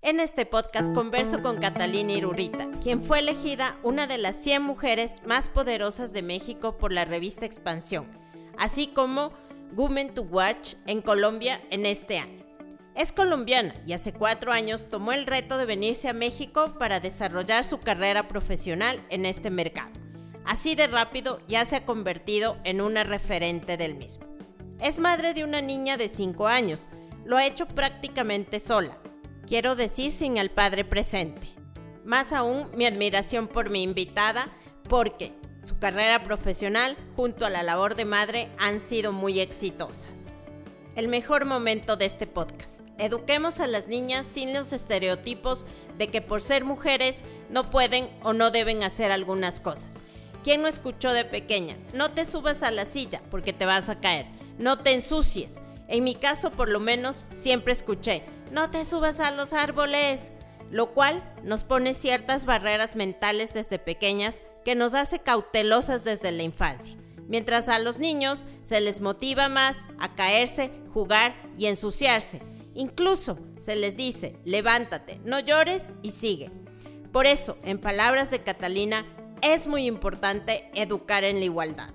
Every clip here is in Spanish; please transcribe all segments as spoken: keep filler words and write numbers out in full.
En este podcast converso con Catalina Irurita, quien fue elegida una de las cien mujeres más poderosas de México por la revista Expansión, así como Women to Watch en Colombia en este año. Es colombiana y hace cuatro años tomó el reto de venirse a México para desarrollar su carrera profesional en este mercado. Así de rápido ya se ha convertido en una referente del mismo. Es madre de una niña de cinco años, lo ha hecho prácticamente sola. Quiero decir sin el padre presente. Más aún, mi admiración por mi invitada, porque su carrera profesional junto a la labor de madre han sido muy exitosas. El mejor momento de este podcast. Eduquemos a las niñas sin los estereotipos de que por ser mujeres no pueden o no deben hacer algunas cosas. ¿Quién no escuchó de pequeña? No te subas a la silla porque te vas a caer. No te ensucies. En mi caso, por lo menos, siempre escuché, no te subas a los árboles, lo cual nos pone ciertas barreras mentales desde pequeñas que nos hace cautelosas desde la infancia, mientras a los niños se les motiva más a caerse, jugar y ensuciarse. Incluso se les dice, levántate, no llores y sigue. Por eso, en palabras de Catalina, es muy importante educar en la igualdad.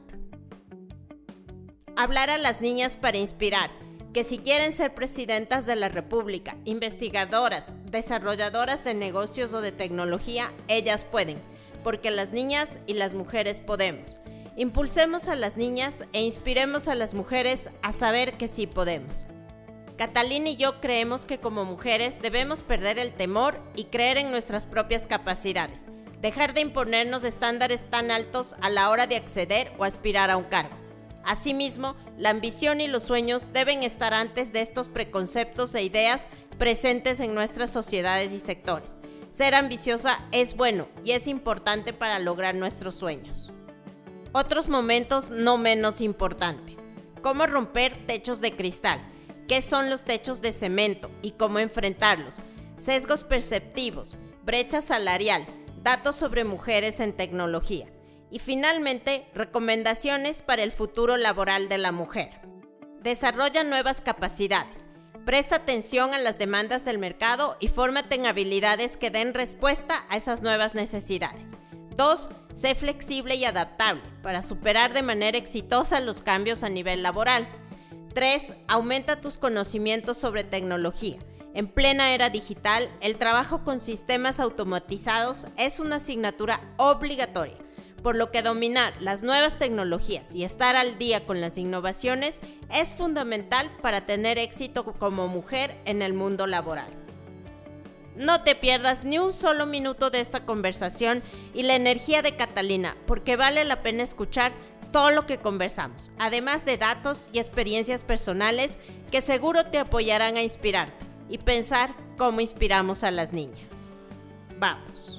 Hablar a las niñas para inspirar, que si quieren ser presidentas de la República, investigadoras, desarrolladoras de negocios o de tecnología, ellas pueden, porque las niñas y las mujeres podemos. Impulsemos a las niñas e inspiremos a las mujeres a saber que sí podemos. Catalina y yo creemos que como mujeres debemos perder el temor y creer en nuestras propias capacidades, dejar de imponernos estándares tan altos a la hora de acceder o aspirar a un cargo. Asimismo, la ambición y los sueños deben estar antes de estos preconceptos e ideas presentes en nuestras sociedades y sectores. Ser ambiciosa es bueno y es importante para lograr nuestros sueños. Otros momentos no menos importantes. Cómo romper techos de cristal. ¿Qué son los techos de cemento y cómo enfrentarlos? Sesgos perceptivos, brecha salarial, datos sobre mujeres en tecnología. Y finalmente, recomendaciones para el futuro laboral de la mujer. Desarrolla nuevas capacidades. Presta atención a las demandas del mercado y fórmate en habilidades que den respuesta a esas nuevas necesidades. dos. Sé flexible y adaptable para superar de manera exitosa los cambios a nivel laboral. tres. Aumenta tus conocimientos sobre tecnología. En plena era digital, el trabajo con sistemas automatizados es una asignatura obligatoria, por lo que dominar las nuevas tecnologías y estar al día con las innovaciones es fundamental para tener éxito como mujer en el mundo laboral. No te pierdas ni un solo minuto de esta conversación y la energía de Catalina, porque vale la pena escuchar todo lo que conversamos, además de datos y experiencias personales que seguro te apoyarán a inspirarte y pensar cómo inspiramos a las niñas. Vamos.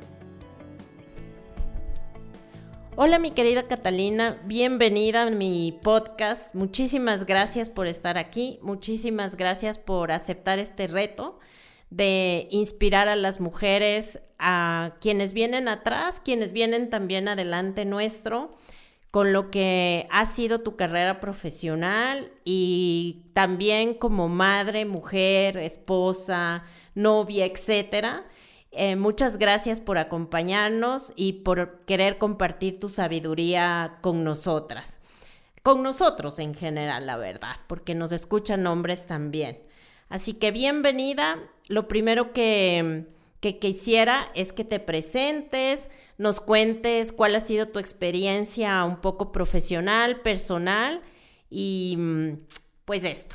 Hola mi querida Catalina, bienvenida a mi podcast. Muchísimas gracias por estar aquí, muchísimas gracias por aceptar este reto de inspirar a las mujeres, a quienes vienen atrás, quienes vienen también adelante nuestro, con lo que ha sido tu carrera profesional y también como madre, mujer, esposa, novia, etcétera. Eh, muchas gracias por acompañarnos y por querer compartir tu sabiduría con nosotras. Con nosotros en general, la verdad, porque nos escuchan hombres también. Así que bienvenida. Lo primero que, que quisiera es que te presentes, nos cuentes cuál ha sido tu experiencia un poco profesional, personal y pues esto.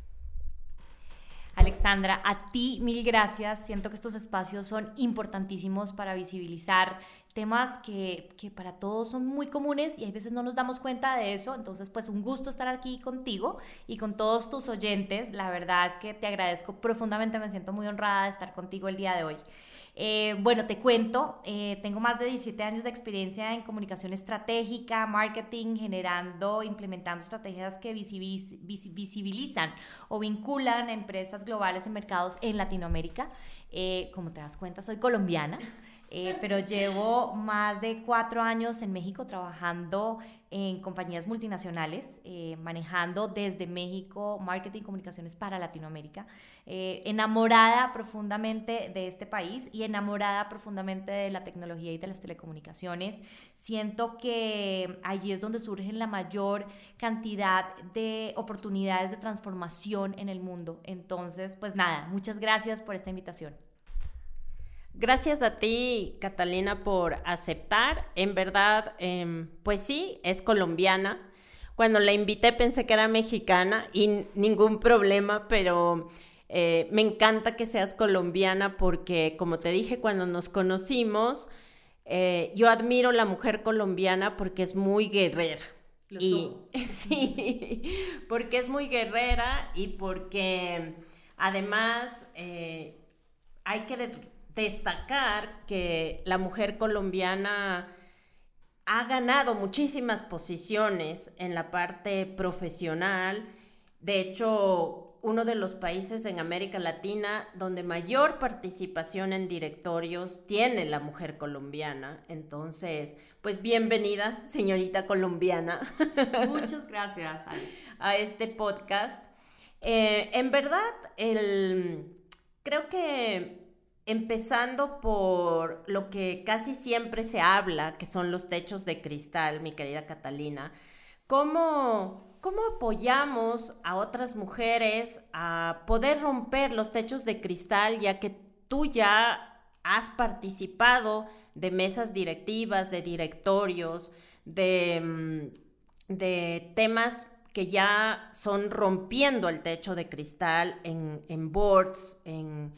Alexandra, a ti mil gracias. Siento que estos espacios son importantísimos para visibilizar temas que, que para todos son muy comunes y a veces no nos damos cuenta de eso. Entonces, pues un gusto estar aquí contigo y con todos tus oyentes. La verdad es que te agradezco profundamente, me siento muy honrada de estar contigo el día de hoy. Eh, bueno, te cuento, eh, tengo más de diecisiete años de experiencia en comunicación estratégica, marketing, generando, implementando estrategias que visibiliz- vis- visibilizan o vinculan a empresas globales en mercados en Latinoamérica. Eh, como te das cuenta, soy colombiana. eh, pero llevo más de cuatro años en México trabajando en compañías multinacionales, eh, manejando desde México marketing y comunicaciones para Latinoamérica, eh, enamorada profundamente de este país y enamorada profundamente de la tecnología y de las telecomunicaciones. Siento que allí es donde surgen la mayor cantidad de oportunidades de transformación en el mundo. Entonces, pues nada, muchas gracias por esta invitación. Gracias a ti, Catalina, por aceptar. En verdad, eh, pues sí, es colombiana. Cuando la invité pensé que era mexicana y ningún problema, pero eh, me encanta que seas colombiana porque, como te dije cuando nos conocimos, eh, yo admiro la mujer colombiana porque es muy guerrera. Los y somos. Sí, porque es muy guerrera y porque además eh, hay que destacar que la mujer colombiana ha ganado muchísimas posiciones en la parte profesional. De hecho, uno de los países en América Latina donde mayor participación en directorios tiene la mujer colombiana. Entonces, pues bienvenida, señorita colombiana. Muchas gracias, Alex. A este podcast. Eh, en verdad, el, creo que empezando por lo que casi siempre se habla, que son los techos de cristal, mi querida Catalina, ¿cómo, cómo apoyamos a otras mujeres a poder romper los techos de cristal, ya que tú ya has participado de mesas directivas, de directorios, de, de temas que ya son rompiendo el techo de cristal en, en boards, en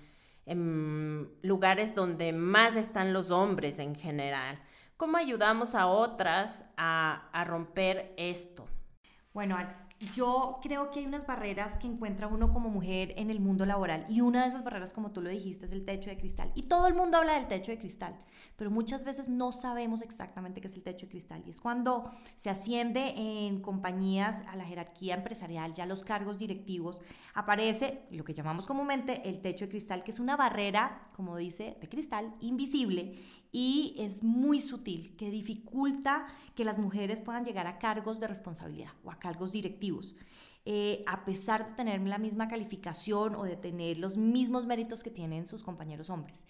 en lugares donde más están los hombres en general? ¿Cómo ayudamos a otras a, a romper esto? Bueno, Alex, yo creo que hay unas barreras que encuentra uno como mujer en el mundo laboral y una de esas barreras, como tú lo dijiste, es el techo de cristal. Y todo el mundo habla del techo de cristal, pero muchas veces no sabemos exactamente qué es el techo de cristal. Y es cuando se asciende en compañías a la jerarquía empresarial, ya los cargos directivos, aparece lo que llamamos comúnmente el techo de cristal, que es una barrera, como dice, de cristal, invisible, y es muy sutil, que dificulta que las mujeres puedan llegar a cargos de responsabilidad o a cargos directivos. Eh, a pesar de tener la misma calificación o de tener los mismos méritos que tienen sus compañeros hombres.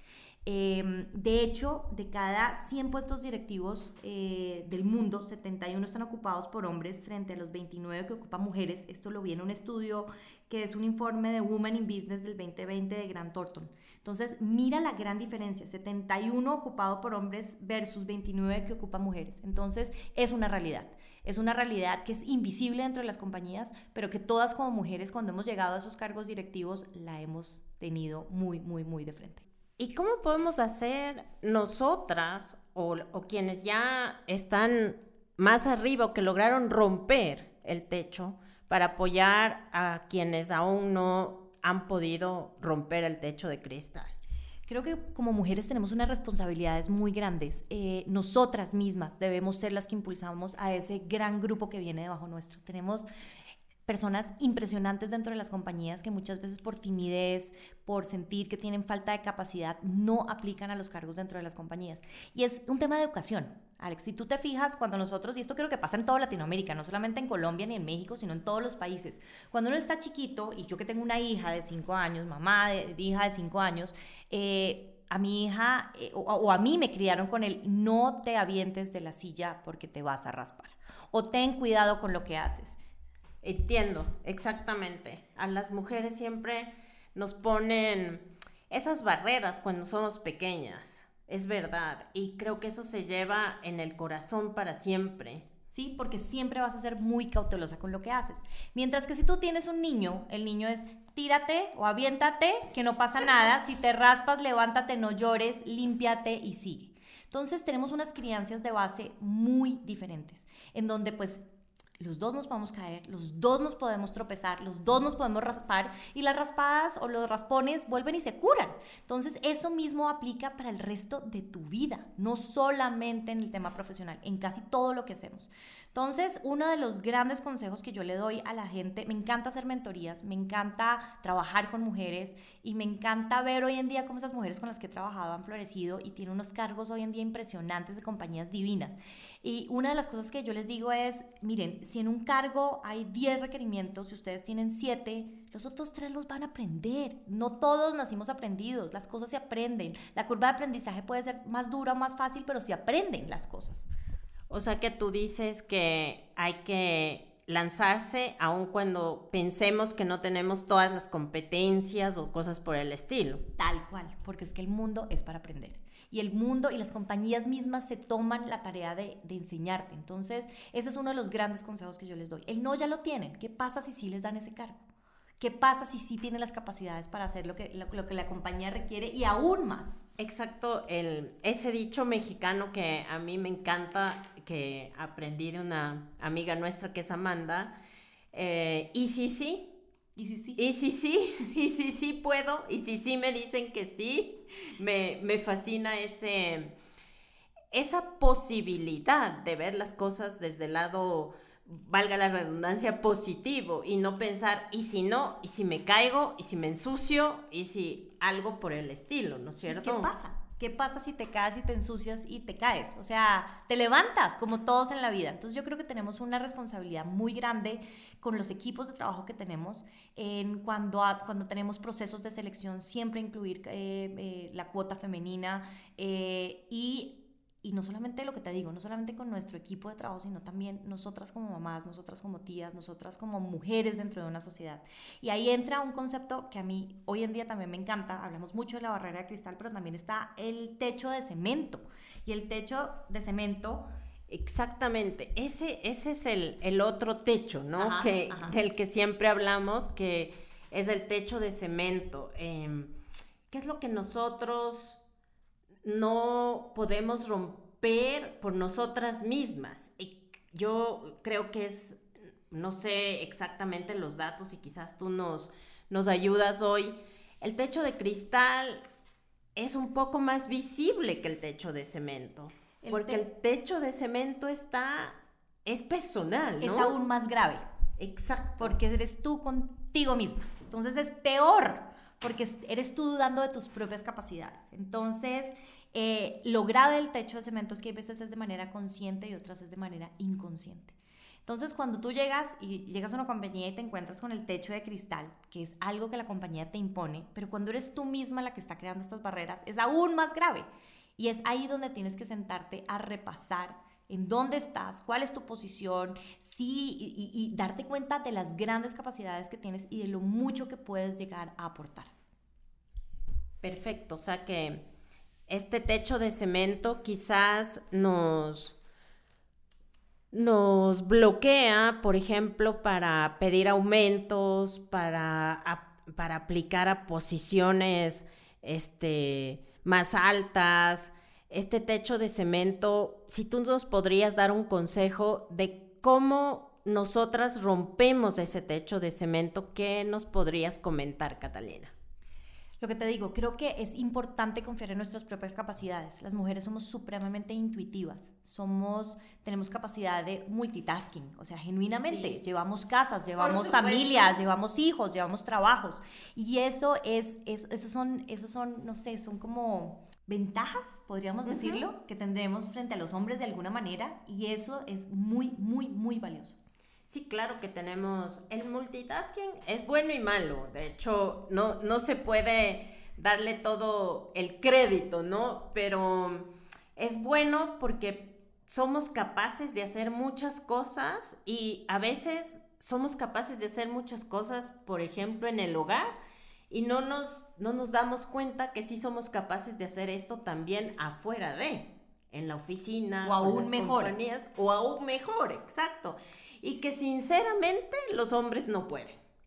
Eh, de hecho, de cada cien puestos directivos eh, del mundo, setenta y uno están ocupados por hombres frente a los veintinueve que ocupan mujeres. Esto lo vi en un estudio que es un informe de Women in Business del veinte veinte de Grant Thornton. Entonces, mira la gran diferencia, setenta y uno ocupado por hombres versus veintinueve que ocupan mujeres. Entonces, es una realidad. Es una realidad que es invisible dentro de las compañías, pero que todas como mujeres, cuando hemos llegado a esos cargos directivos, la hemos tenido muy, muy, muy de frente. ¿Y cómo podemos hacer nosotras o, o quienes ya están más arriba o que lograron romper el techo para apoyar a quienes aún no han podido romper el techo de cristal? Creo que como mujeres tenemos unas responsabilidades muy grandes. Eh, nosotras mismas debemos ser las que impulsamos a ese gran grupo que viene debajo nuestro. Tenemos personas impresionantes dentro de las compañías que muchas veces por timidez, por sentir que tienen falta de capacidad, no aplican a los cargos dentro de las compañías. Y es un tema de educación. Alex, si tú te fijas, cuando nosotros, y esto creo que pasa en toda Latinoamérica, no solamente en Colombia ni en México, sino en todos los países, cuando uno está chiquito, y yo que tengo una hija de cinco años, mamá de, de hija de cinco años, eh, a mi hija eh, o, o a mí me criaron con el no te avientes de la silla porque te vas a raspar, o ten cuidado con lo que haces. Entiendo, exactamente. A las mujeres siempre nos ponen esas barreras cuando somos pequeñas. Es verdad, y creo que eso se lleva en el corazón para siempre. Sí, porque siempre vas a ser muy cautelosa con lo que haces. Mientras que si tú tienes un niño, el niño es tírate o aviéntate, que no pasa nada. Si te raspas, levántate, no llores, límpiate y sigue. Entonces tenemos unas crianzas de base muy diferentes, en donde pues los dos nos podemos caer, los dos nos podemos tropezar, los dos nos podemos raspar y las raspadas o los raspones vuelven y se curan. Entonces eso mismo aplica para el resto de tu vida, no solamente en el tema profesional, en casi todo lo que hacemos. Entonces, uno de los grandes consejos que yo le doy a la gente, me encanta hacer mentorías, me encanta trabajar con mujeres y me encanta ver hoy en día cómo esas mujeres con las que he trabajado han florecido y tienen unos cargos hoy en día impresionantes de compañías divinas. Y una de las cosas que yo les digo es, miren, si en un cargo hay diez requerimientos, si ustedes tienen siete, los otros tres los van a aprender. No todos nacimos aprendidos, las cosas se aprenden. La curva de aprendizaje puede ser más dura o más fácil, pero se aprenden las cosas. O sea que tú dices que hay que lanzarse aun cuando pensemos que no tenemos todas las competencias o cosas por el estilo. Tal cual, porque es que el mundo es para aprender. Y el mundo y las compañías mismas se toman la tarea de, de enseñarte. Entonces, ese es uno de los grandes consejos que yo les doy. El no ya lo tienen. ¿Qué pasa si sí les dan ese cargo? ¿Qué pasa si sí tienen las capacidades para hacer lo que, lo, lo que la compañía requiere y aún más? Exacto, el, ese dicho mexicano que a mí me encanta, que aprendí de una amiga nuestra que es Amanda, eh, y sí, sí, y sí, sí, y sí, sí, y sí, sí puedo, y sí, sí me dicen que sí, me, me fascina ese, esa posibilidad de ver las cosas desde el lado, valga la redundancia, positivo, y no pensar, y si no, y si me caigo, y si me ensucio, y si algo por el estilo, ¿no es cierto? ¿Y qué pasa? ¿Qué pasa si te caes y te ensucias y te caes? O sea, te levantas como todos en la vida. Entonces yo creo que tenemos una responsabilidad muy grande con los equipos de trabajo que tenemos en cuando, a, cuando tenemos procesos de selección, siempre incluir eh, eh, la cuota femenina eh, y... Y no solamente lo que te digo, no solamente con nuestro equipo de trabajo, sino también nosotras como mamás, nosotras como tías, nosotras como mujeres dentro de una sociedad. Y ahí entra un concepto que a mí hoy en día también me encanta. Hablamos mucho de la barrera de cristal, pero también está el techo de cemento. Y el techo de cemento... Exactamente, ese, ese es el, el otro techo, ¿no? Ajá, que, ajá. Del que siempre hablamos, que es el techo de cemento. Eh, ¿Qué es lo que nosotros no podemos romper por nosotras mismas? Y yo creo que es, no sé exactamente los datos y quizás tú nos, nos ayudas hoy. El techo de cristal es un poco más visible que el techo de cemento, el porque te- el techo de cemento está, es personal, ¿no? Es aún más grave. Exacto. Porque eres tú contigo misma. Entonces es peor, porque eres tú dudando de tus propias capacidades. Entonces, eh, lo grave del techo de cemento es que hay veces es de manera consciente y otras es de manera inconsciente. Entonces, cuando tú llegas y llegas a una compañía y te encuentras con el techo de cristal, que es algo que la compañía te impone, pero cuando eres tú misma la que está creando estas barreras, es aún más grave. Y es ahí donde tienes que sentarte a repasar en dónde estás, cuál es tu posición, sí, y, y darte cuenta de las grandes capacidades que tienes y de lo mucho que puedes llegar a aportar. Perfecto, o sea que este techo de cemento quizás nos, nos bloquea, por ejemplo, para pedir aumentos, para, a, para aplicar a posiciones este, más altas. Este techo de cemento, si tú nos podrías dar un consejo de cómo nosotras rompemos ese techo de cemento, ¿qué nos podrías comentar, Catalina? Lo que te digo, creo que es importante confiar en nuestras propias capacidades. Las mujeres somos supremamente intuitivas, somos, tenemos capacidad de multitasking, o sea, genuinamente, sí. Llevamos casas, llevamos familias, llevamos hijos, llevamos trabajos, y eso es, es esos son, esos son, no sé, son como ventajas, podríamos uh-huh. decirlo, que tendremos frente a los hombres de alguna manera, y eso es muy, muy, muy valioso. Sí, claro que tenemos, el multitasking es bueno y malo, de hecho no, no se puede darle todo el crédito, ¿no? Pero es bueno porque somos capaces de hacer muchas cosas y a veces somos capaces de hacer muchas cosas, por ejemplo, en el hogar y no nos, no nos damos cuenta que sí somos capaces de hacer esto también afuera de, en la oficina, o aún mejor. Compañías, o aún mejor, exacto. Y que sinceramente los hombres no pueden.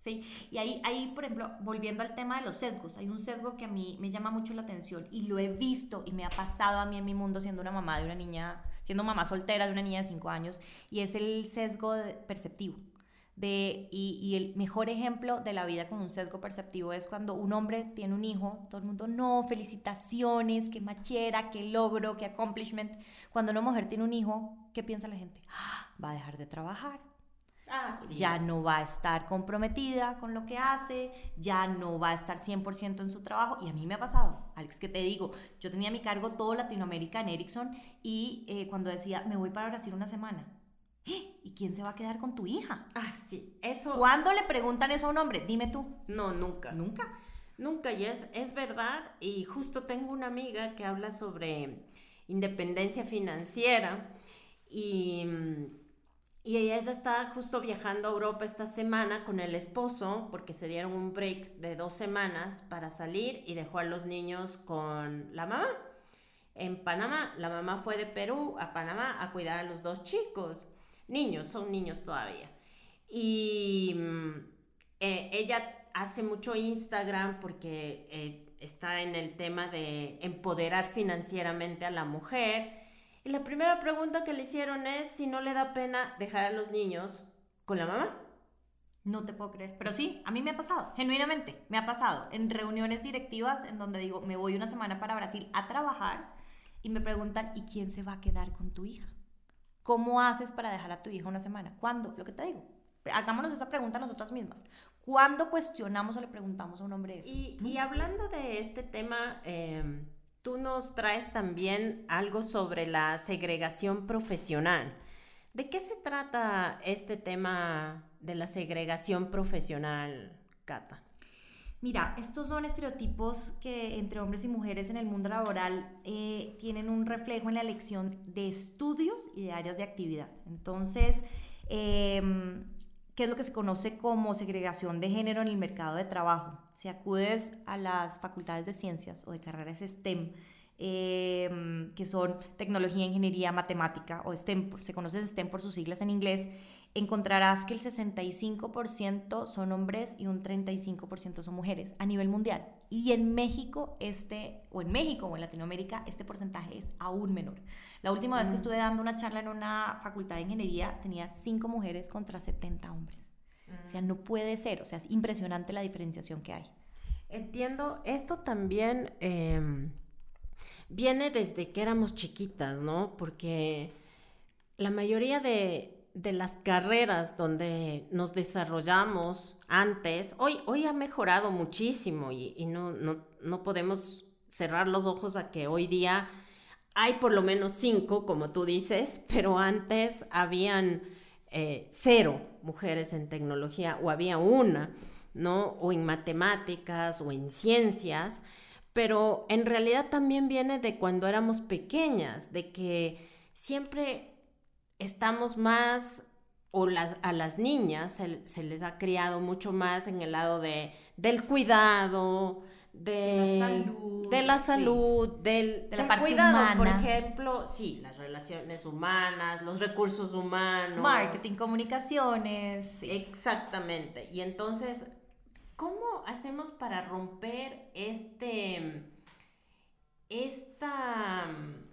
Sí, y ahí, ahí, por ejemplo, volviendo al tema de los sesgos, hay un sesgo que a mí me llama mucho la atención y lo he visto y me ha pasado a mí en mi mundo siendo una mamá de una niña, siendo mamá soltera de una niña de cinco años, y es el sesgo de- perceptivo. De, y, y el mejor ejemplo de la vida con un sesgo perceptivo es cuando un hombre tiene un hijo, todo el mundo, no, felicitaciones, qué machera, qué logro, qué accomplishment. Cuando una mujer tiene un hijo, ¿qué piensa la gente? Ah, va a dejar de trabajar, Ah, sí. ya no va a estar comprometida con lo que hace, ya no va a estar cien por ciento en su trabajo. Y a mí me ha pasado, Alex, que te digo, yo tenía a mi cargo todo Latinoamérica en Ericsson y eh, cuando decía, me voy para Brasil una semana, ¿eh? ¿Y quién se va a quedar con tu hija? Ah, sí, eso... ¿Cuándo le preguntan eso a un hombre? Dime tú. No, nunca. Nunca. Nunca, y es, es verdad, y justo tengo una amiga que habla sobre independencia financiera y, y ella está justo viajando a Europa esta semana con el esposo porque se dieron un break de dos semanas para salir y dejó a los niños con la mamá en Panamá. La mamá fue de Perú a Panamá a cuidar a los dos chicos, niños, son niños todavía. Y eh, ella hace mucho Instagram porque eh, está en el tema de empoderar financieramente a la mujer. Y la primera pregunta que le hicieron es si no le da pena dejar a los niños con la mamá. No te puedo creer. Pero sí, a mí me ha pasado, genuinamente, me ha pasado. En reuniones directivas en donde digo, me voy una semana para Brasil a trabajar y me preguntan, ¿y quién se va a quedar con tu hija? ¿Cómo haces para dejar a tu hija una semana? ¿Cuándo? Lo que te digo. Hagámonos esa pregunta a nosotras mismas. ¿Cuándo cuestionamos o le preguntamos a un hombre eso? Y, y hablando de este tema, eh, tú nos traes también algo sobre la segregación profesional. ¿De qué se trata este tema de la segregación profesional, Cata? Mira, estos son estereotipos que entre hombres y mujeres en el mundo laboral eh, tienen un reflejo en la elección de estudios y de áreas de actividad. Entonces, eh, ¿qué es lo que se conoce como segregación de género en el mercado de trabajo? Si acudes a las facultades de ciencias o de carreras STEM, eh, que son tecnología, ingeniería, matemática, o STEM, se conoce STEM por sus siglas en inglés, encontrarás que el sesenta y cinco por ciento son hombres y un treinta y cinco por ciento son mujeres a nivel mundial. Y en México, este, o en México o en Latinoamérica, este porcentaje es aún menor. La última mm. vez que estuve dando una charla en una facultad de ingeniería, tenía cinco mujeres contra setenta hombres. Mm. O sea, no puede ser, o sea, es impresionante la diferenciación que hay. Entiendo, esto también eh, viene desde que éramos chiquitas, ¿no? Porque la mayoría de... de las carreras donde nos desarrollamos antes, hoy, hoy ha mejorado muchísimo y, y no, no, no podemos cerrar los ojos a que hoy día hay por lo menos cinco, como tú dices, pero antes habían eh, cero mujeres en tecnología o había una, ¿no? O en matemáticas o en ciencias, pero en realidad también viene de cuando éramos pequeñas, de que siempre estamos más, o las, a las niñas se, se les ha criado mucho más en el lado de, del cuidado, de, de la salud, de la salud, sí. del, de del la cuidado, humana. Por ejemplo, sí, las relaciones humanas, los recursos humanos. Marketing, comunicaciones. Sí. Exactamente. Y entonces, ¿cómo hacemos para romper este, esta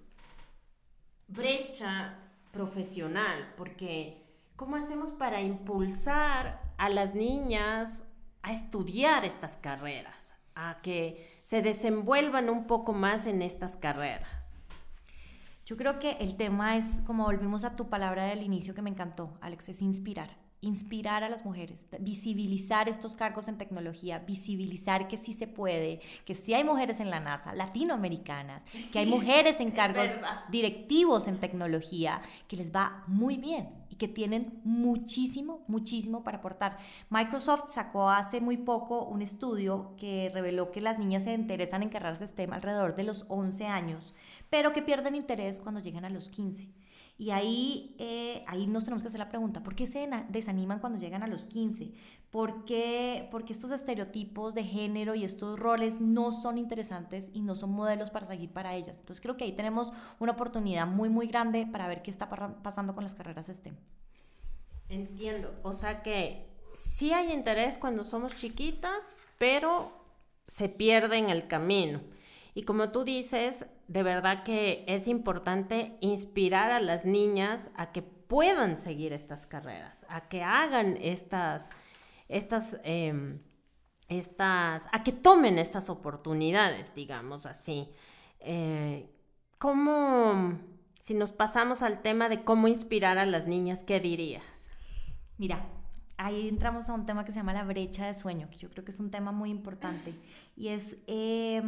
brecha profesional? Porque ¿cómo hacemos para impulsar a las niñas a estudiar estas carreras, a que se desenvuelvan un poco más en estas carreras? Yo creo que el tema es, como volvimos a tu palabra del inicio que me encantó, Alex, es inspirar. Inspirar a las mujeres, visibilizar estos cargos en tecnología, visibilizar que sí se puede, que sí hay mujeres en la NASA, latinoamericanas, sí, que hay mujeres en cargos directivos en tecnología, que les va muy bien y que tienen muchísimo, muchísimo para aportar. Microsoft sacó hace muy poco un estudio que reveló que las niñas se interesan en carreras STEM alrededor de los once años, pero que pierden interés cuando llegan a los quince. Y ahí, eh, ahí nos tenemos que hacer la pregunta, ¿por qué se desaniman cuando llegan a los quince? ¿Por qué, porque estos estereotipos de género y estos roles no son interesantes y no son modelos para seguir para ellas? Entonces creo que ahí tenemos una oportunidad muy, muy grande para ver qué está pasando con las carreras STEM. Entiendo, o sea que sí hay interés cuando somos chiquitas, pero se pierde en el camino. Y como tú dices, de verdad que es importante inspirar a las niñas a que puedan seguir estas carreras, a que hagan estas, estas, eh, estas, a que tomen estas oportunidades, digamos así. Eh, ¿Cómo, si nos pasamos al tema de cómo inspirar a las niñas, qué dirías? Mira, ahí entramos a un tema que se llama la brecha de sueño, que yo creo que es un tema muy importante, y es eh,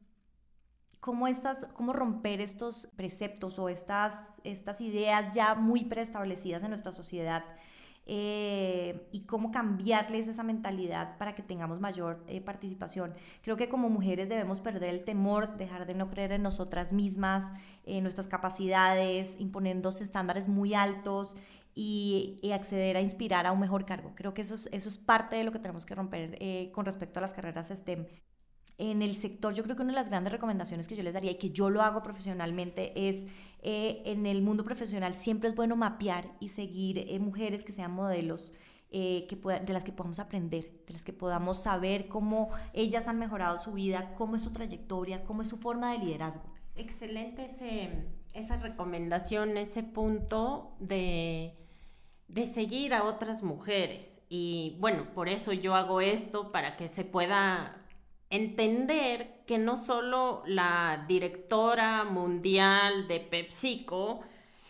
cómo, estas, cómo romper estos preceptos o estas, estas ideas ya muy preestablecidas en nuestra sociedad, eh, y cómo cambiarles esa mentalidad para que tengamos mayor eh, participación. Creo que como mujeres debemos perder el temor, dejar de no creer en nosotras mismas, en nuestras capacidades, imponiéndose estándares muy altos, Y, y acceder a inspirar a un mejor cargo. Creo que eso es, eso es parte de lo que tenemos que romper eh, con respecto a las carreras STEM. En el sector, yo creo que una de las grandes recomendaciones que yo les daría, y que yo lo hago profesionalmente, es eh, en el mundo profesional siempre es bueno mapear y seguir eh, mujeres que sean modelos, eh, que pueda, de las que podamos aprender, de las que podamos saber cómo ellas han mejorado su vida, cómo es su trayectoria, cómo es su forma de liderazgo. Excelente ese, esa recomendación, ese punto de... de seguir a otras mujeres. Y bueno, por eso yo hago esto, para que se pueda entender que no solo la directora mundial de PepsiCo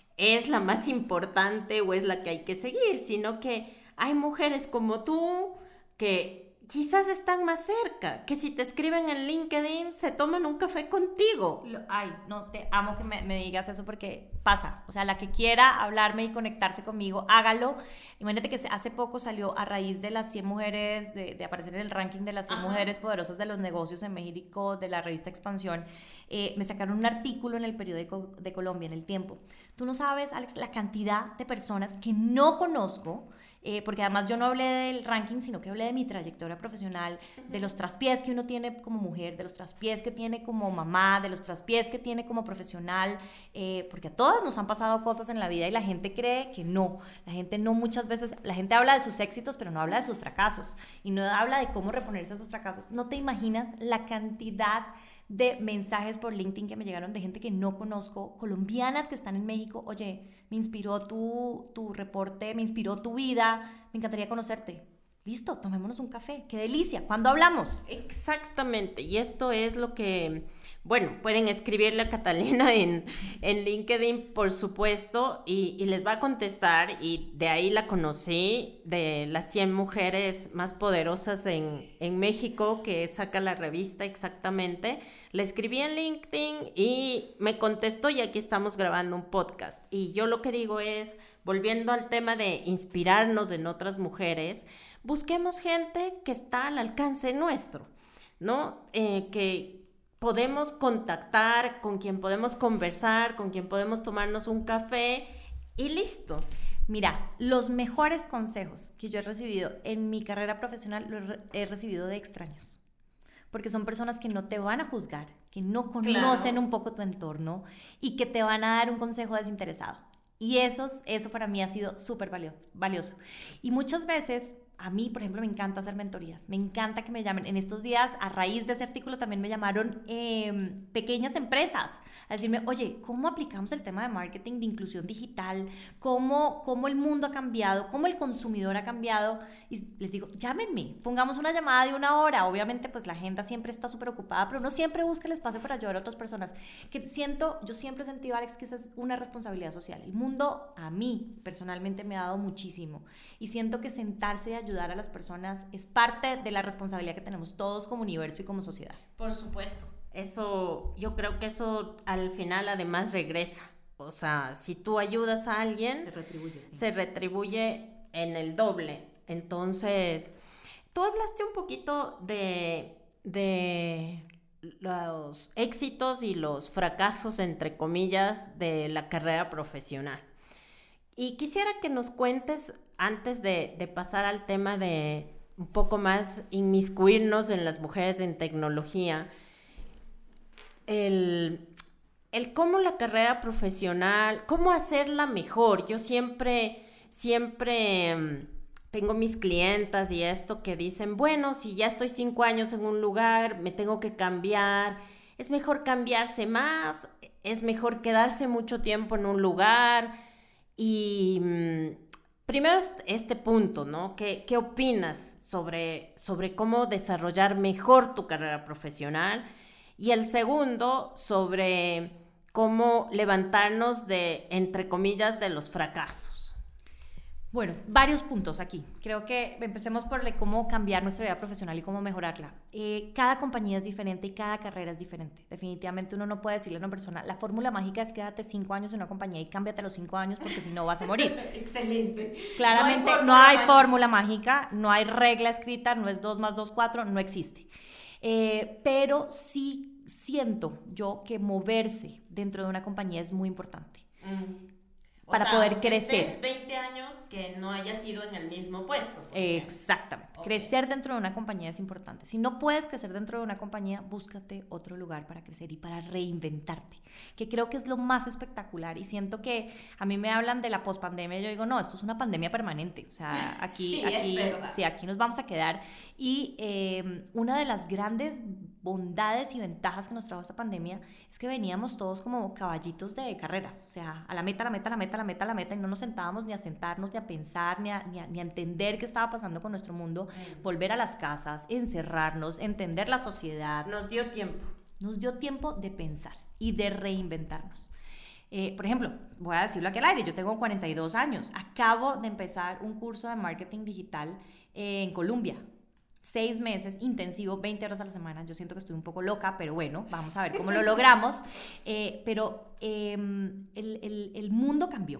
es la más importante o es la que hay que seguir, sino que hay mujeres como tú que quizás están más cerca, que si te escriben en LinkedIn se toman un café contigo. Lo, ay, no, te amo que me, me digas eso, porque pasa. O sea, la que quiera hablarme y conectarse conmigo, hágalo. Imagínate que hace poco salió, a raíz de las cien mujeres, de, de aparecer en el ranking de las cien Ajá. mujeres poderosas de los negocios en México, de la revista Expansión, eh, me sacaron un artículo en el periódico de Colombia, en El Tiempo. Tú no sabes, Alex, la cantidad de personas que no conozco, Eh, porque además yo no hablé del ranking, sino que hablé de mi trayectoria profesional, uh-huh. de los traspiés que uno tiene como mujer, de los traspiés que tiene como mamá, de los traspiés que tiene como profesional, eh, porque a todas nos han pasado cosas en la vida y la gente cree que no. La gente no muchas veces, la gente habla de sus éxitos, pero no habla de sus fracasos, y no habla de cómo reponerse a esos fracasos. No te imaginas la cantidad de mensajes por LinkedIn que me llegaron de gente que no conozco, colombianas que están en México. Oye, me inspiró tu, tu reporte, me inspiró tu vida, me encantaría conocerte. Listo, tomémonos un café. ¡Qué delicia! ¿Cuándo hablamos? Exactamente, y esto es lo que, bueno, pueden escribirle a Catalina en, en LinkedIn, por supuesto, y, y les va a contestar, y de ahí la conocí, de las cien mujeres más poderosas en, en México, que saca la revista exactamente. Le escribí en LinkedIn y me contestó, y aquí estamos grabando un podcast. Y yo lo que digo es, volviendo al tema de inspirarnos en otras mujeres, busquemos gente que está al alcance nuestro, ¿no? Eh, que podemos contactar, con quien podemos conversar, con quien podemos tomarnos un café y listo. Mira, los mejores consejos que yo he recibido en mi carrera profesional los he recibido de extraños. Porque son personas que no te van a juzgar, que no conocen claro. un poco tu entorno y que te van a dar un consejo desinteresado. Y eso, eso para mí ha sido súper valioso. Y muchas veces, a mí, por ejemplo, me encanta hacer mentorías. Me encanta que me llamen. En estos días, a raíz de ese artículo, también me llamaron eh, pequeñas empresas a decirme, oye, ¿cómo aplicamos el tema de marketing, de inclusión digital? ¿Cómo, cómo el mundo ha cambiado? ¿Cómo el consumidor ha cambiado? Y les digo, llámenme, pongamos una llamada de una hora. Obviamente, pues la agenda siempre está súper ocupada, pero uno siempre busca el espacio para ayudar a otras personas. Que siento, yo siempre he sentido, Alex, que esa es una responsabilidad social. El mundo, a mí, personalmente, me ha dado muchísimo. Y siento que sentarse y ayudar a las personas es parte de la responsabilidad que tenemos todos como universo y como sociedad. Por supuesto. Eso, yo creo que eso al final además regresa. O sea, si tú ayudas a alguien, se retribuye, sí. se retribuye en el doble. Entonces, tú hablaste un poquito de, de los éxitos y los fracasos, entre comillas, de la carrera profesional. Y quisiera que nos cuentes, antes de, de pasar al tema de un poco más inmiscuirnos en las mujeres en tecnología, el, el cómo la carrera profesional, cómo hacerla mejor. Yo siempre, siempre tengo mis clientas y esto que dicen, bueno, si ya estoy cinco años en un lugar, me tengo que cambiar, es mejor cambiarse más, es mejor quedarse mucho tiempo en un lugar. Y mmm, primero este punto, ¿no? ¿Qué, qué opinas sobre, sobre cómo desarrollar mejor tu carrera profesional? Y el segundo, sobre cómo levantarnos de, entre comillas, de los fracasos. Bueno, varios puntos aquí. Creo que empecemos por cómo cambiar nuestra vida profesional y cómo mejorarla. Eh, cada compañía es diferente y cada carrera es diferente. Definitivamente uno no puede decirle a una persona, la fórmula mágica es quédate cinco años en una compañía y cámbiate a los cinco años porque si no vas a morir. Excelente. Claramente no hay fórmula mágica, no hay regla escrita, no es dos más dos, cuatro, no existe. Eh, pero sí siento yo que moverse dentro de una compañía es muy importante. Mm. Para o sea, poder crecer. Estés veinte años que no hayas ido en el mismo puesto. Exactamente. Okay. Crecer dentro de una compañía es importante. Si no puedes crecer dentro de una compañía, búscate otro lugar para crecer y para reinventarte, que creo que es lo más espectacular. Y siento que a mí me hablan de la pospandemia y yo digo, no, esto es una pandemia permanente. O sea, aquí, sí, aquí, es verdad. Sí, aquí nos vamos a quedar. Y eh, una de las grandes bondades y ventajas que nos trajo esta pandemia es que veníamos todos como caballitos de carreras. O sea, a la meta, a la meta, a la meta, a la meta, a la meta, y no nos sentábamos ni a sentarnos, ni a pensar, ni a, ni a, ni a entender qué estaba pasando con nuestro mundo, mm. volver a las casas, encerrarnos, entender la sociedad. Nos dio tiempo. Nos dio tiempo de pensar y de reinventarnos. Eh, por ejemplo, voy a decirlo aquí al aire, yo tengo cuarenta y dos años, acabo de empezar un curso de marketing digital eh, en Colombia. Seis meses, intensivo, veinte horas a la semana. Yo siento que estoy un poco loca, pero bueno, vamos a ver cómo lo logramos. Eh, pero eh, el, el, el mundo cambió.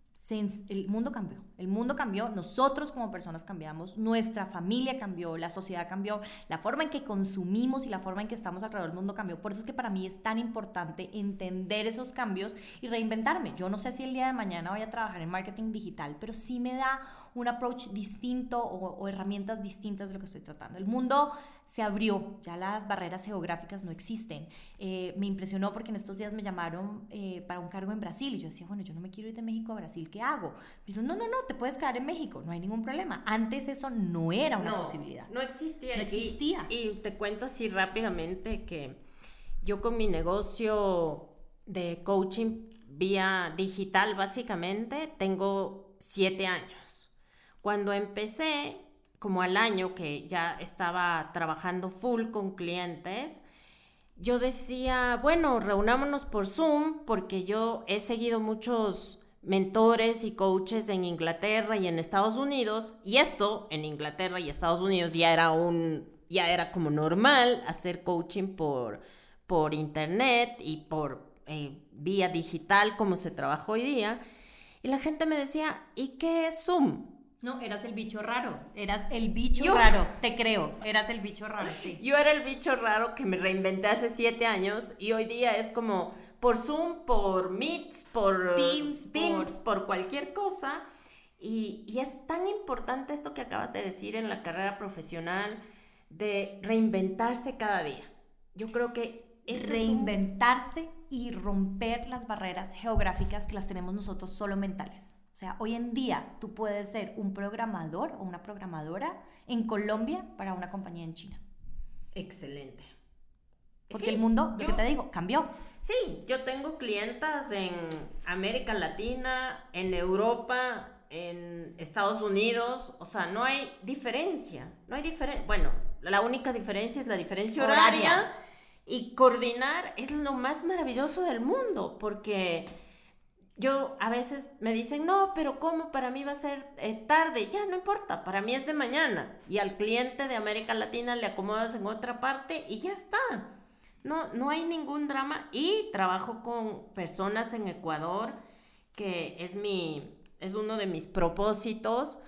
El mundo cambió. El mundo cambió. Nosotros como personas cambiamos. Nuestra familia cambió. La sociedad cambió. La forma en que consumimos y la forma en que estamos alrededor del mundo cambió. Por eso es que para mí es tan importante entender esos cambios y reinventarme. Yo no sé si el día de mañana voy a trabajar en marketing digital, pero sí me da un approach distinto o, o herramientas distintas de lo que estoy tratando. El mundo se abrió, ya las barreras geográficas no existen. Eh, me impresionó porque en estos días me llamaron eh, para un cargo en Brasil y yo decía, bueno, yo no me quiero ir de México a Brasil, ¿qué hago? Me dijeron, no, no, no, te puedes quedar en México, no hay ningún problema. Antes eso no era una no, posibilidad. No existía. No existía. Y, y te cuento así rápidamente que yo con mi negocio de coaching vía digital básicamente tengo siete años. Cuando empecé, como al año que ya estaba trabajando full con clientes, yo decía, bueno, reunámonos por Zoom, porque yo he seguido muchos mentores y coaches en Inglaterra y en Estados Unidos, y esto en Inglaterra y Estados Unidos ya era un, ya era como normal hacer coaching por, por internet y por eh, vía digital como se trabaja hoy día, y la gente me decía, ¿y qué es Zoom? No, eras el bicho raro, eras el bicho yo, raro, te creo, eras el bicho raro, sí. Yo era el bicho raro que me reinventé hace siete años y hoy día es como por Zoom, por Meets, por Teams, Teams por... por cualquier cosa. Y, y es tan importante esto que acabas de decir en la carrera profesional de reinventarse cada día. Yo creo que eso reinventarse es un... y romper las barreras geográficas que las tenemos nosotros solo mentales. O sea, hoy en día tú puedes ser un programador o una programadora en Colombia para una compañía en China. Excelente. Porque sí, el mundo, yo, lo que te digo, cambió. Sí, yo tengo clientas en América Latina, en Europa, en Estados Unidos. O sea, no hay diferencia. No hay diferencia. Bueno, la única diferencia es la diferencia horaria. horaria. Y coordinar es lo más maravilloso del mundo, porque... Yo a veces me dicen, no, pero ¿cómo? Para mí va a ser eh, tarde. Ya, no importa, para mí es de mañana. Y al cliente de América Latina le acomodas en otra parte y ya está. No, no hay ningún drama. Y trabajo con personas en Ecuador, que es, mi, es uno de mis propósitos,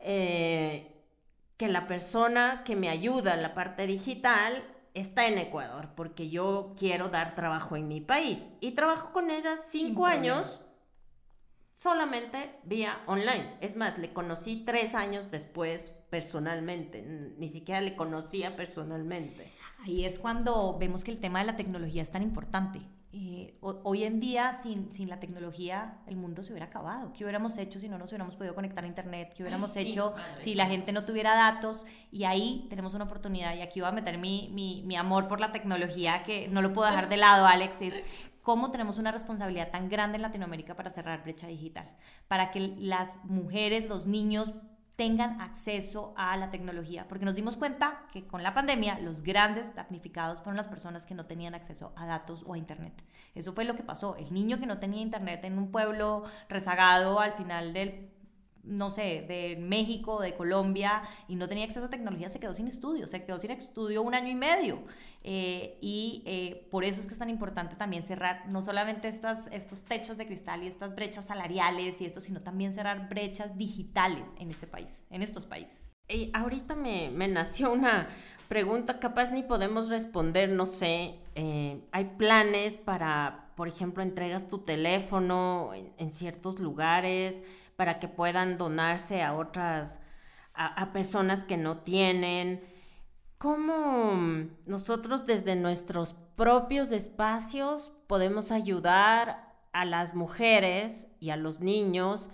eh, que la persona que me ayuda en la parte digital está en Ecuador, porque yo quiero dar trabajo en mi país. Y trabajo con ella cinco años... solamente vía online. Es más, le conocí tres años después personalmente, ni siquiera le conocía personalmente. Ahí es cuando vemos que el tema de la tecnología es tan importante. Eh, hoy en día, sin, sin la tecnología, el mundo se hubiera acabado. ¿Qué hubiéramos hecho si no nos hubiéramos podido conectar a internet? ¿Qué hubiéramos Ay, sí, hecho madre, si sí. la gente no tuviera datos? Y ahí tenemos una oportunidad, y aquí voy a meter mi, mi, mi amor por la tecnología, que no lo puedo dejar de lado, Alex, es cómo tenemos una responsabilidad tan grande en Latinoamérica para cerrar brecha digital, para que las mujeres, los niños tengan acceso a la tecnología, porque nos dimos cuenta que con la pandemia los grandes damnificados fueron las personas que no tenían acceso a datos o a internet. Eso fue lo que pasó. El niño que no tenía internet en un pueblo rezagado al final del, no sé, de México, de Colombia, y no tenía acceso a tecnología, se quedó sin estudio, se quedó sin estudio un año y medio. Eh, y eh, por eso es que es tan importante también cerrar no solamente estas, estos techos de cristal y estas brechas salariales y esto, sino también cerrar brechas digitales en este país, en estos países. Y ahorita me, me nació una pregunta, capaz ni podemos responder, no sé, eh, hay planes para, por ejemplo, entregas tu teléfono en, en ciertos lugares para que puedan donarse a otras, a, a personas que no tienen. ¿Cómo nosotros desde nuestros propios espacios podemos ayudar a las mujeres y a los niños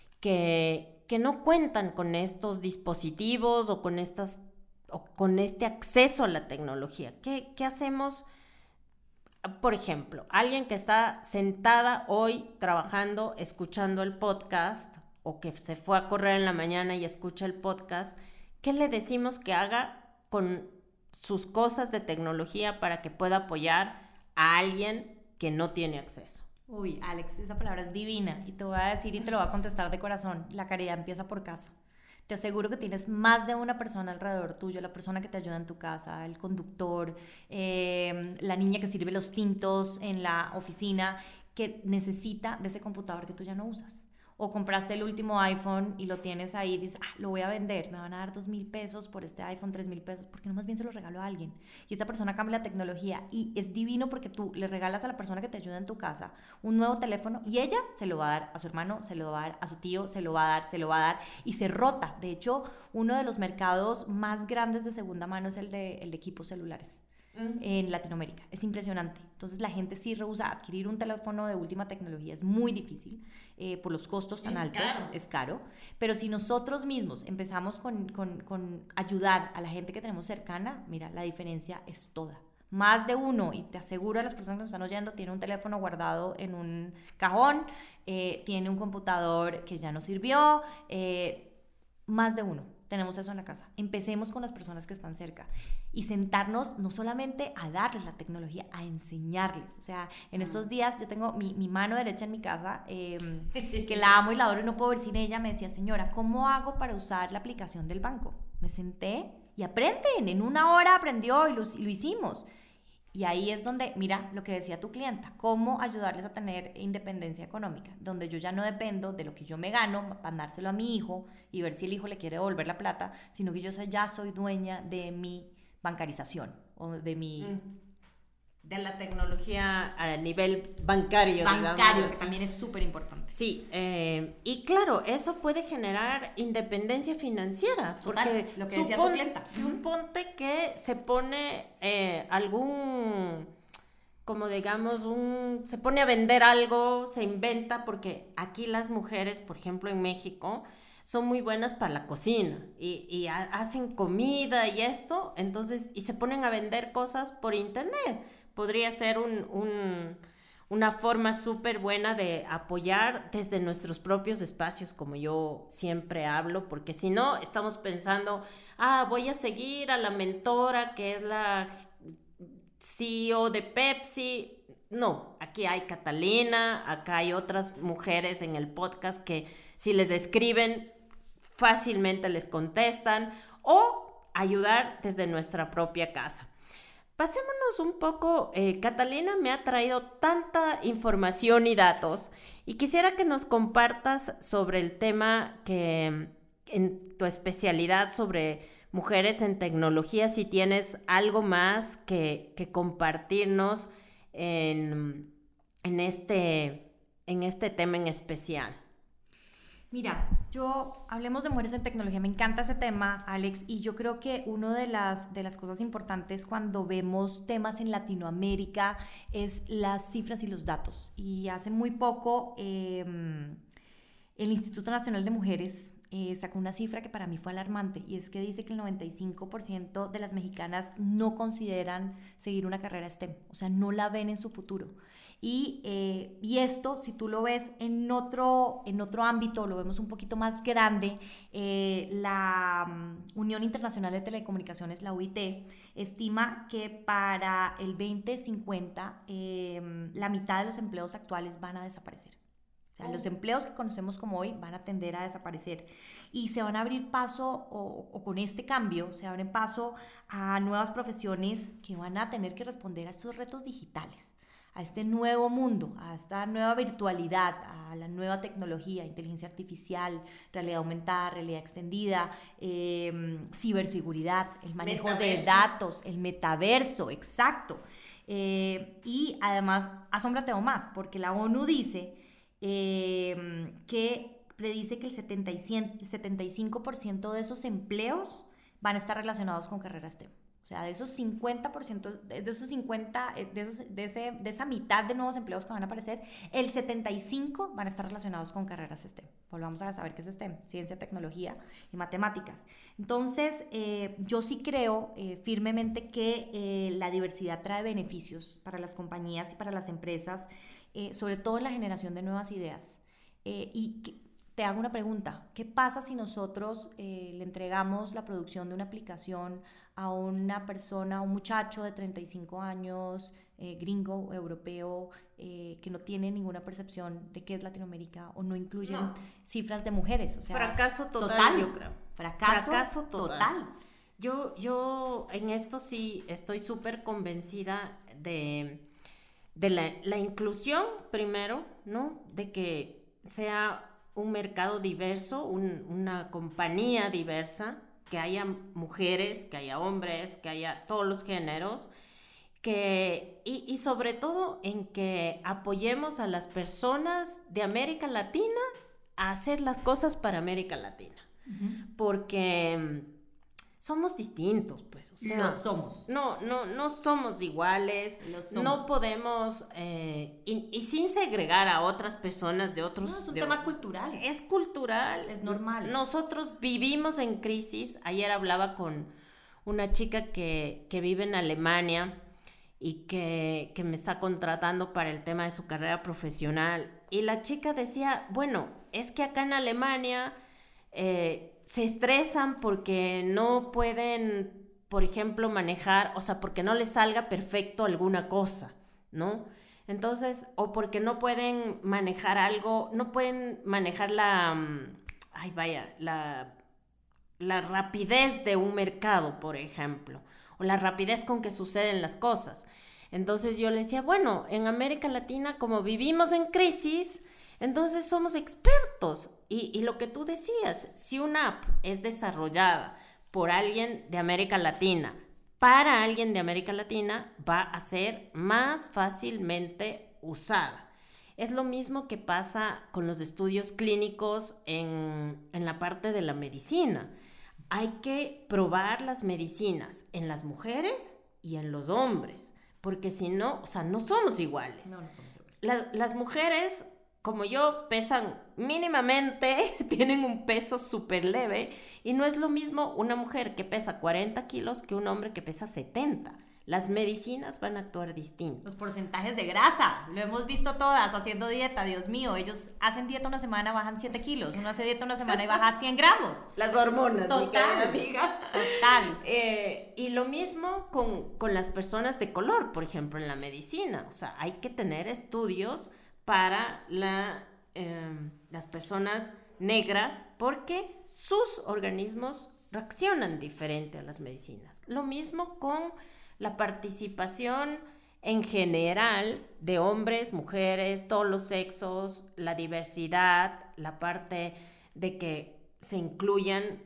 que, que no cuentan con estos dispositivos o con, estas, o con este acceso a la tecnología? ¿Qué, qué hacemos? Por ejemplo, alguien que está sentada hoy trabajando, escuchando el podcast, o que se fue a correr en la mañana y escucha el podcast, ¿qué le decimos que haga con sus cosas de tecnología para que pueda apoyar a alguien que no tiene acceso? Uy, Alex, esa palabra es divina y te voy a decir y te lo voy a contestar de corazón. La caridad empieza por casa. Te aseguro que tienes más de una persona alrededor tuyo, la persona que te ayuda en tu casa, el conductor, eh, la niña que sirve los tintos en la oficina, que necesita de ese computador que tú ya no usas. O compraste el último iPhone y lo tienes ahí y dices, ah, lo voy a vender, me van a dar dos mil pesos por este iPhone, tres mil pesos, porque no más bien se lo regalo a alguien. Y esta persona cambia la tecnología y es divino porque tú le regalas a la persona que te ayuda en tu casa un nuevo teléfono y ella se lo va a dar a su hermano, se lo va a dar a su tío, se lo va a dar, se lo va a dar y se rota. De hecho, uno de los mercados más grandes de segunda mano es el de, el de equipos celulares. En Latinoamérica, es impresionante. Entonces la gente sí rehúsa adquirir un teléfono de última tecnología, es muy difícil eh, por los costos tan es altos, caro. es caro, pero si nosotros mismos empezamos con, con, con ayudar a la gente que tenemos cercana, mira, la diferencia es toda. Más de uno, y te aseguro a las personas que nos están oyendo, tiene un teléfono guardado en un cajón, eh, tiene un computador que ya no sirvió, eh, más de uno. Tenemos eso en la casa. Empecemos con las personas que están cerca y sentarnos no solamente a darles la tecnología, a enseñarles. O sea, en estos días yo tengo mi, mi mano derecha en mi casa, eh, que la amo y la adoro y no puedo ver sin ella. Me decía, señora, ¿cómo hago para usar la aplicación del banco? Me senté y aprenden. En una hora aprendió y lo, y lo hicimos. Y ahí es donde, mira, lo que decía tu clienta, cómo ayudarles a tener independencia económica, donde yo ya no dependo de lo que yo me gano, mandárselo a mi hijo y ver si el hijo le quiere devolver la plata, sino que yo ya soy dueña de mi bancarización o de mi... Mm. De la tecnología a nivel bancario, bancario, digamos, que también es súper importante. Sí, eh, y claro, eso puede generar independencia financiera. Total, porque lo que supon, decía tu clienta. Suponte que se pone eh, algún, como digamos, un, se pone a vender algo, se inventa, porque aquí las mujeres, por ejemplo, en México, son muy buenas para la cocina y, y ha, hacen comida y esto, entonces, y se ponen a vender cosas por internet. Podría ser un, un, una forma súper buena de apoyar desde nuestros propios espacios, como yo siempre hablo, porque si no, estamos pensando, ah, voy a seguir a la mentora que es la C E O de Pepsi. No, aquí hay Catalina, acá hay otras mujeres en el podcast que si les escriben, fácilmente les contestan, o ayudar desde nuestra propia casa. Pasémonos un poco, eh, Catalina me ha traído tanta información y datos y quisiera que nos compartas sobre el tema que en tu especialidad sobre mujeres en tecnología, si tienes algo más que, que compartirnos en, en, este, en este tema en especial. Mira, yo, hablemos de mujeres en tecnología, me encanta ese tema, Alex, y yo creo que una de las, de las cosas importantes cuando vemos temas en Latinoamérica es las cifras y los datos. Y hace muy poco eh, el Instituto Nacional de Mujeres eh, sacó una cifra que para mí fue alarmante, y es que dice que el noventa y cinco por ciento de las mexicanas no consideran seguir una carrera STEM, o sea, no la ven en su futuro. Y, eh, y esto, si tú lo ves en otro, en otro ámbito, lo vemos un poquito más grande, eh, la um, Unión Internacional de Telecomunicaciones, la U I T, estima que para el veinte cincuenta eh, la mitad de los empleos actuales van a desaparecer. O sea, los empleos que conocemos como hoy van a tender a desaparecer y se van a abrir paso, o, o con este cambio, se abren paso a nuevas profesiones que van a tener que responder a estos retos digitales, a este nuevo mundo, a esta nueva virtualidad, a la nueva tecnología, inteligencia artificial, realidad aumentada, realidad extendida, eh, ciberseguridad, el manejo metaverso. de datos, el metaverso, exacto. Eh, y además, asómbrate aún más, porque la ONU dice eh, que predice que el setenta y cinco por ciento de esos empleos van a estar relacionados con carreras STEM. O sea, de esos cincuenta por ciento, de esos cincuenta, de, esos, de, ese, de esa mitad de nuevos empleos que van a aparecer, el setenta y cinco por ciento van a estar relacionados con carreras STEM. Volvamos a saber qué es STEM, ciencia, tecnología y matemáticas. Entonces, eh, yo sí creo eh, firmemente que eh, la diversidad trae beneficios para las compañías y para las empresas, eh, sobre todo en la generación de nuevas ideas. Eh, y que, te hago una pregunta, ¿qué pasa si nosotros eh, le entregamos la producción de una aplicación a una persona, a un muchacho de treinta y cinco años, eh, gringo, europeo, eh, que no tiene ninguna percepción de qué es Latinoamérica o no incluyen no. cifras de mujeres? O sea, fracaso total, total yo creo. Fracaso, fracaso total. total. Yo, yo en esto sí estoy súper convencida de, de la, la inclusión, primero, ¿no? De que sea un mercado diverso, un, una compañía diversa, que haya mujeres, que haya hombres, que haya todos los géneros, que, y, y sobre todo en que apoyemos a las personas de América Latina a hacer las cosas para América Latina. Uh-huh. Porque somos distintos, pues. O sea, lo somos. No, no, no somos iguales. Lo somos. No podemos, eh, y, y sin segregar a otras personas de otros... No, es un de, tema cultural. Es cultural. Es normal. Nosotros vivimos en crisis. Ayer hablaba con una chica que, que vive en Alemania y que, que me está contratando para el tema de su carrera profesional. Y la chica decía, bueno, es que acá en Alemania... Eh, se estresan porque no pueden, por ejemplo, manejar, o sea, porque no les salga perfecto alguna cosa, ¿no? Entonces, o porque no pueden manejar algo, no pueden manejar la, ay vaya, la, la rapidez de un mercado, por ejemplo, o la rapidez con que suceden las cosas. Entonces yo le decía, bueno, en América Latina, como vivimos en crisis, entonces somos expertos. Y, y lo que tú decías, si una app es desarrollada por alguien de América Latina, para alguien de América Latina, va a ser más fácilmente usada. Es lo mismo que pasa con los estudios clínicos en, en la parte de la medicina. Hay que probar las medicinas en las mujeres y en los hombres, porque si no, o sea, no somos iguales. No, no somos iguales. La, las mujeres... como yo, pesan mínimamente, tienen un peso súper leve, y no es lo mismo una mujer que pesa cuarenta kilos que un hombre que pesa setenta. Las medicinas van a actuar distinto. Los porcentajes de grasa, lo hemos visto todas haciendo dieta, Dios mío, ellos hacen dieta una semana, bajan siete kilos, uno hace dieta una semana y baja cien gramos. Las hormonas, total, mi querida amiga. Total. Eh, y lo mismo con, con las personas de color, por ejemplo, en la medicina. O sea, hay que tener estudios para la, eh, las personas negras, porque sus organismos reaccionan diferente a las medicinas. Lo mismo con la participación en general de hombres, mujeres, todos los sexos, la diversidad, la parte de que se incluyan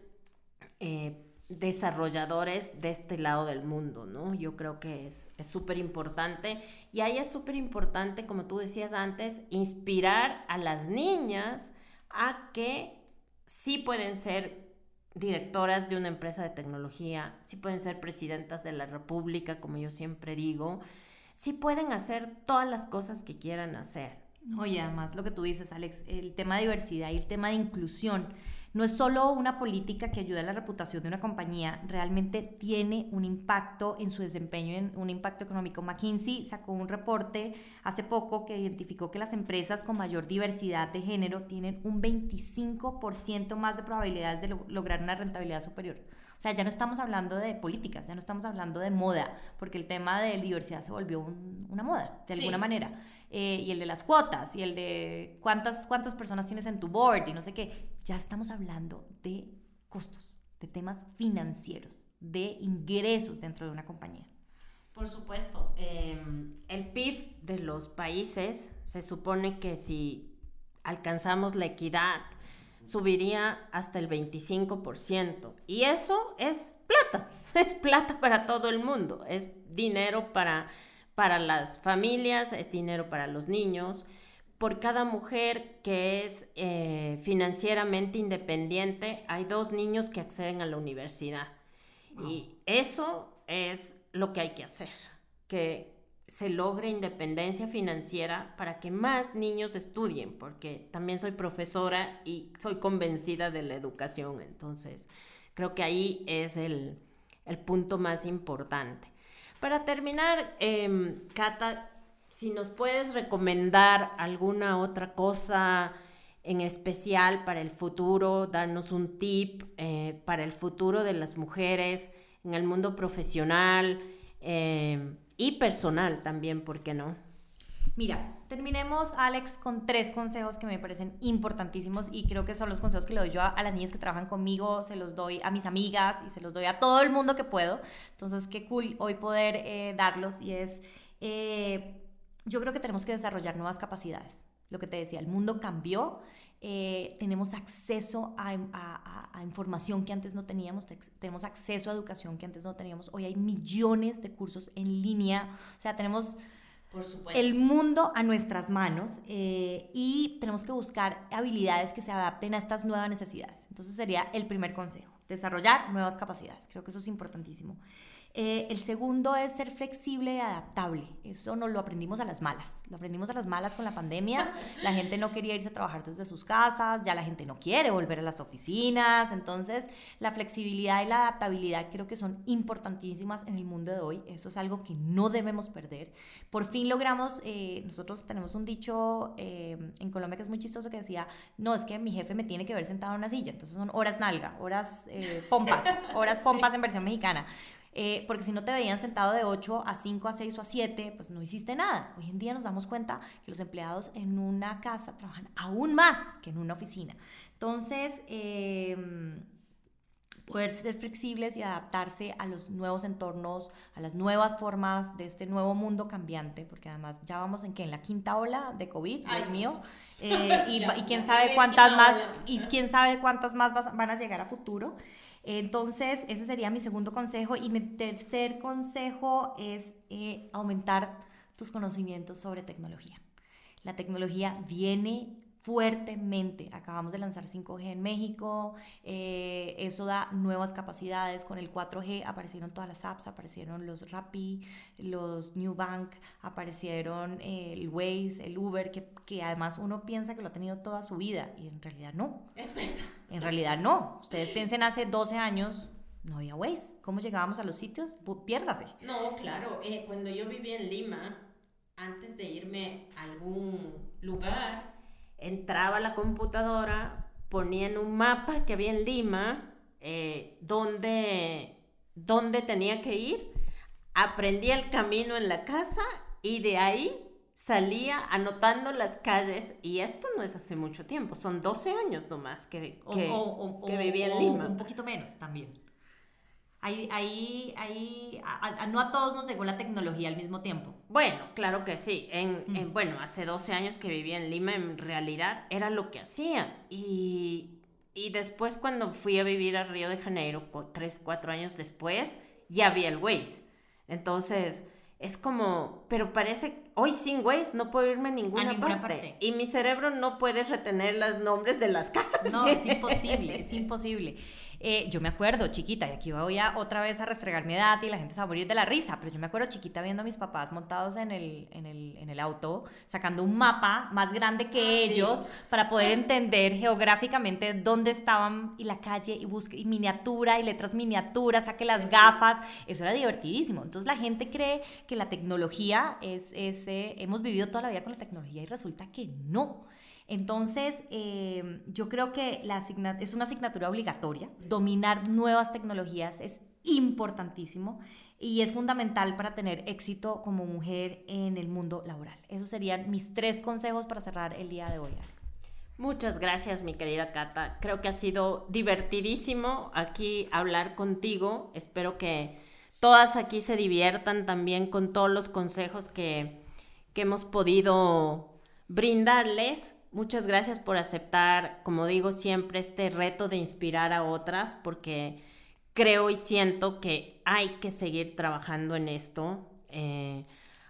eh, desarrolladores de este lado del mundo, ¿no? Yo creo que es súper importante, y ahí es súper importante, como tú decías antes, inspirar a las niñas a que sí pueden ser directoras de una empresa de tecnología, sí pueden ser presidentas de la república, como yo siempre digo, sí pueden hacer todas las cosas que quieran hacer. No, y además lo que tú dices, Alex, el tema de diversidad y el tema de inclusión no es solo una política que ayuda a la reputación de una compañía, realmente tiene un impacto en su desempeño, en un impacto económico. McKinsey sacó un reporte hace poco que identificó que las empresas con mayor diversidad de género tienen un veinticinco por ciento más de probabilidades de lo- lograr una rentabilidad superior. O sea, ya no estamos hablando de políticas, ya no estamos hablando de moda, porque el tema de diversidad se volvió un- una moda, de Sí. alguna manera. Eh, y el de las cuotas, y el de cuántas, cuántas personas tienes en tu board, y no sé qué. Ya estamos hablando de costos, de temas financieros, de ingresos dentro de una compañía. Por supuesto, eh, el P I B de los países se supone que si alcanzamos la equidad subiría hasta el veinticinco por ciento y eso es plata, es plata para todo el mundo, es dinero para, para las familias, es dinero para los niños. Por cada mujer que es eh, financieramente independiente, hay dos niños que acceden a la universidad. Wow. Y eso es lo que hay que hacer, que se logre independencia financiera para que más niños estudien, porque también soy profesora y soy convencida de la educación, entonces creo que ahí es el, el punto más importante. Para terminar, eh, Cata, si nos puedes recomendar alguna otra cosa en especial para el futuro, darnos un tip eh, para el futuro de las mujeres en el mundo profesional eh, y personal también, ¿por qué no? Mira, terminemos, Alex, con tres consejos que me parecen importantísimos y creo que son los consejos que le doy yo a, a las niñas que trabajan conmigo, se los doy a mis amigas y se los doy a todo el mundo que puedo. Entonces, qué cool hoy poder eh, darlos y es... Eh, yo creo que tenemos que desarrollar nuevas capacidades. Lo que te decía, el mundo cambió, eh, tenemos acceso a, a, a, a información que antes no teníamos, te, tenemos acceso a educación que antes no teníamos. Hoy hay millones de cursos en línea, o sea, tenemos Por supuesto. el mundo a nuestras manos eh, y tenemos que buscar habilidades que se adapten a estas nuevas necesidades. Entonces sería el primer consejo, desarrollar nuevas capacidades. Creo que eso es importantísimo. Eh, el segundo es ser flexible y adaptable. Eso nos lo aprendimos a las malas. Lo aprendimos a las malas con la pandemia. La gente no quería irse a trabajar desde sus casas, ya la gente no quiere volver a las oficinas. Entonces, la flexibilidad y la adaptabilidad creo que son importantísimas en el mundo de hoy. Eso es algo que no debemos perder. Por fin logramos, eh, nosotros tenemos un dicho eh, en Colombia que es muy chistoso que decía, no, es que mi jefe me tiene que ver sentado en una silla. Entonces son horas nalga, horas eh, pompas, horas pompas sí. En versión mexicana. Eh, porque si no te veían sentado de ocho a cinco, a seis o a siete, pues no hiciste nada. Hoy en día nos damos cuenta que los empleados en una casa trabajan aún más que en una oficina. Entonces, eh, poder ser flexibles y adaptarse a los nuevos entornos, a las nuevas formas de este nuevo mundo cambiante, porque además ya vamos en, ¿qué? En la quinta ola de COVID, Ay, Dios mío. Eh, y, y quién sabe cuántas más, y quién sabe cuántas más van a llegar a futuro. Entonces, ese sería mi segundo consejo. Y mi tercer consejo es eh, aumentar tus conocimientos sobre tecnología. La tecnología viene fuertemente. Acabamos de lanzar cinco G en México. Eh, eso da nuevas capacidades. Con el cuatro G aparecieron todas las apps, aparecieron los Rappi, los Nubank, aparecieron eh, el Waze, el Uber, que, que además uno piensa que lo ha tenido toda su vida y en realidad no. Es verdad. En realidad no. Ustedes piensen, hace doce años no había Waze. ¿Cómo llegábamos a los sitios? Piérdase. No, claro. Eh, cuando yo vivía en Lima, antes de irme a algún lugar, entraba a la computadora, ponía en un mapa que había en Lima eh, dónde, dónde tenía que ir, aprendía el camino en la casa y de ahí salía anotando las calles, y esto no es hace mucho tiempo, son doce años nomás que, que, o, o, que o, vivía en o, Lima. Un poquito menos también. Ahí, ahí, ahí a, a, no a todos nos llegó la tecnología al mismo tiempo. Bueno, claro que sí. En, mm. en, bueno, hace doce años que vivía en Lima, en realidad era lo que hacía. Y, y después cuando fui a vivir a Río de Janeiro, tres, cuatro años después, ya había el Waze. Entonces, es como, pero parece, hoy sin Waze no puedo irme a ninguna, a ninguna parte. parte. Y mi cerebro no puede retener los nombres de las calles. No, es imposible, es imposible. Eh, yo me acuerdo, chiquita, y aquí voy a otra vez a restregar mi edad y la gente se va a morir de la risa, pero yo me acuerdo chiquita viendo a mis papás montados en el, en el, en el auto, sacando un mapa más grande que ah, ellos sí. para poder entender geográficamente dónde estaban y la calle y, busque, y miniatura y letras miniaturas, saque las sí. gafas, eso era divertidísimo. Entonces la gente cree que la tecnología es, es eh, hemos vivido toda la vida con la tecnología y resulta que no. Entonces, eh, yo creo que la asigna- es una asignatura obligatoria. Dominar nuevas tecnologías es importantísimo y es fundamental para tener éxito como mujer en el mundo laboral. Esos serían mis tres consejos para cerrar el día de hoy, Alex. Muchas gracias, mi querida Cata. Creo que ha sido divertidísimo aquí hablar contigo. Espero que todas aquí se diviertan también con todos los consejos que, que hemos podido brindarles. Muchas gracias por aceptar, como digo siempre, este reto de inspirar a otras, porque creo y siento que hay que seguir trabajando en esto. Eh,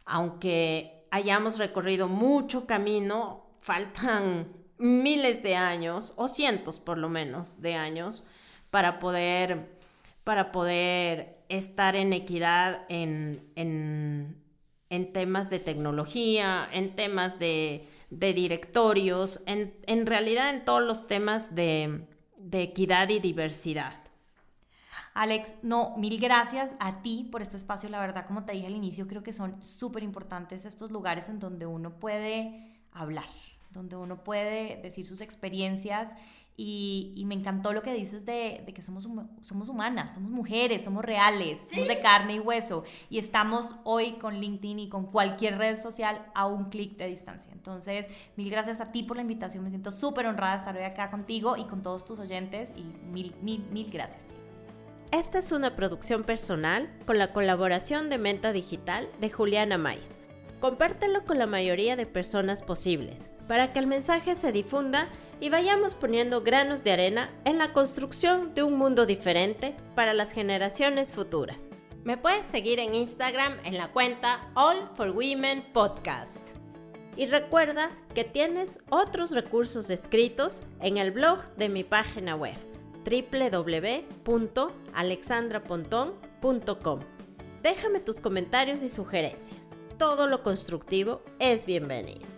aunque hayamos recorrido mucho camino, faltan miles de años, o cientos por lo menos de años, para poder, para poder estar en equidad en, en, en temas de tecnología, en temas de... de directorios, en, en realidad en todos los temas de, de equidad y diversidad. Alex, no, mil gracias a ti por este espacio. La verdad, como te dije al inicio, creo que son súper importantes estos lugares en donde uno puede hablar, donde uno puede decir sus experiencias. Y, y me encantó lo que dices de, de que somos, somos humanas, somos mujeres, somos reales, ¿sí? Somos de carne y hueso y estamos hoy con LinkedIn y con cualquier red social a un clic de distancia. Entonces, mil gracias a ti por la invitación, me siento súper honrada de estar hoy acá contigo y con todos tus oyentes y mil, mil, mil gracias. Esta es una producción personal con la colaboración de Menta Digital de Juliana May. Compártelo con la mayoría de personas posibles para que el mensaje se difunda y vayamos poniendo granos de arena en la construcción de un mundo diferente para las generaciones futuras. Me puedes seguir en Instagram en la cuenta All for Women Podcast. Y recuerda que tienes otros recursos escritos en el blog de mi página web doble u doble u doble u punto alexandra pontón punto com. Déjame tus comentarios y sugerencias. Todo lo constructivo es bienvenido.